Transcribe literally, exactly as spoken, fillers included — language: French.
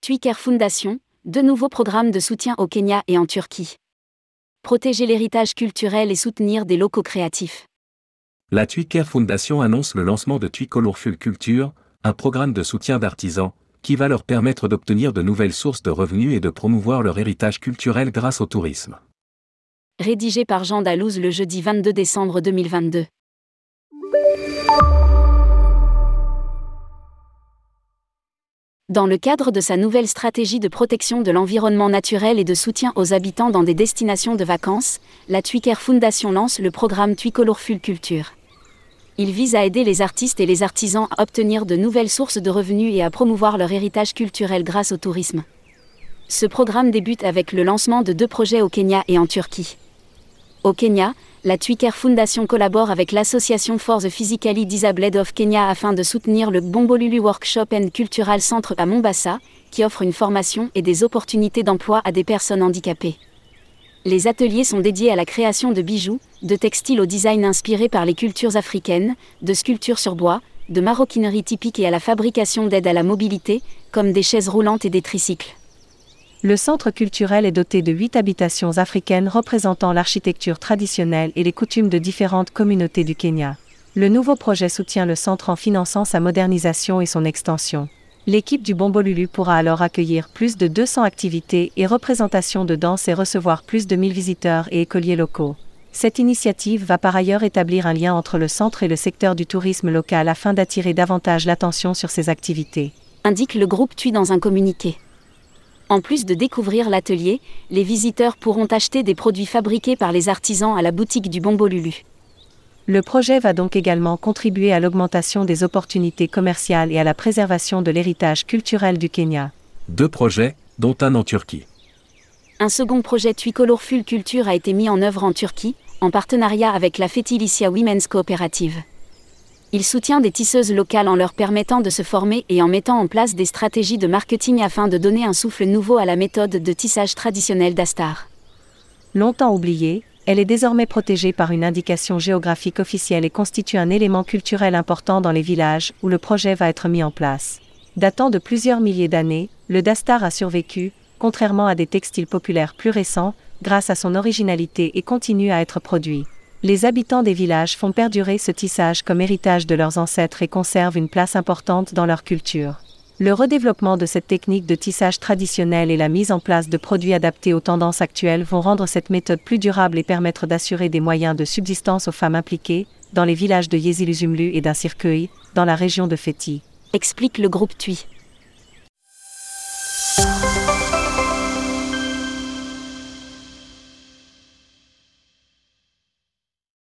TUI Care Foundation, deux nouveaux programmes de soutien au Kenya et en Turquie. Protéger l'héritage culturel et soutenir des locaux créatifs. La TUI Care Foundation annonce le lancement de TUI Colorful Culture, un programme de soutien d'artisans, qui va leur permettre d'obtenir de nouvelles sources de revenus et de promouvoir leur héritage culturel grâce au tourisme. Rédigé par Jean Dalouse le jeudi vingt-deux décembre deux mille vingt-deux. Dans le cadre de sa nouvelle stratégie de protection de l'environnement naturel et de soutien aux habitants dans des destinations de vacances, la TUI Care Foundation lance le programme TUI Colorful Culture. Il vise à aider les artistes et les artisans à obtenir de nouvelles sources de revenus et à promouvoir leur héritage culturel grâce au tourisme. Ce programme débute avec le lancement de deux projets au Kenya et en Turquie. Au Kenya, la TUI Care Foundation collabore avec l'association For the Physically Disabled of Kenya afin de soutenir le Bombolulu Workshop and Cultural Centre à Mombasa, qui offre une formation et des opportunités d'emploi à des personnes handicapées. Les ateliers sont dédiés à la création de bijoux, de textiles au design inspiré par les cultures africaines, de sculptures sur bois, de maroquinerie typique et à la fabrication d'aides à la mobilité, comme des chaises roulantes et des tricycles. Le centre culturel est doté de huit habitations africaines représentant l'architecture traditionnelle et les coutumes de différentes communautés du Kenya. Le nouveau projet soutient le centre en finançant sa modernisation et son extension. L'équipe du Bombolulu pourra alors accueillir plus de deux cents activités et représentations de danse et recevoir plus de mille visiteurs et écoliers locaux. Cette initiative va par ailleurs établir un lien entre le centre et le secteur du tourisme local afin d'attirer davantage l'attention sur ces activités, indique le groupe TUI dans un communiqué. En plus de découvrir l'atelier, les visiteurs pourront acheter des produits fabriqués par les artisans à la boutique du Bombolulu. Le projet va donc également contribuer à l'augmentation des opportunités commerciales et à la préservation de l'héritage culturel du Kenya. Deux projets, dont un en Turquie. Un second projet TUI Colorful Culture a été mis en œuvre en Turquie, en partenariat avec la Fetilicia Women's Cooperative. Il soutient des tisseuses locales en leur permettant de se former et en mettant en place des stratégies de marketing afin de donner un souffle nouveau à la méthode de tissage traditionnelle d'Astar. Longtemps oubliée, elle est désormais protégée par une indication géographique officielle et constitue un élément culturel important dans les villages où le projet va être mis en place. Datant de plusieurs milliers d'années, le dastar a survécu, contrairement à des textiles populaires plus récents, grâce à son originalité et continue à être produit. Les habitants des villages font perdurer ce tissage comme héritage de leurs ancêtres et conservent une place importante dans leur culture. Le redéveloppement de cette technique de tissage traditionnelle et la mise en place de produits adaptés aux tendances actuelles vont rendre cette méthode plus durable et permettre d'assurer des moyens de subsistance aux femmes impliquées, dans les villages de Yeşilüzümlü et d'Incirköy, dans la région de Fethi, explique le groupe TUI.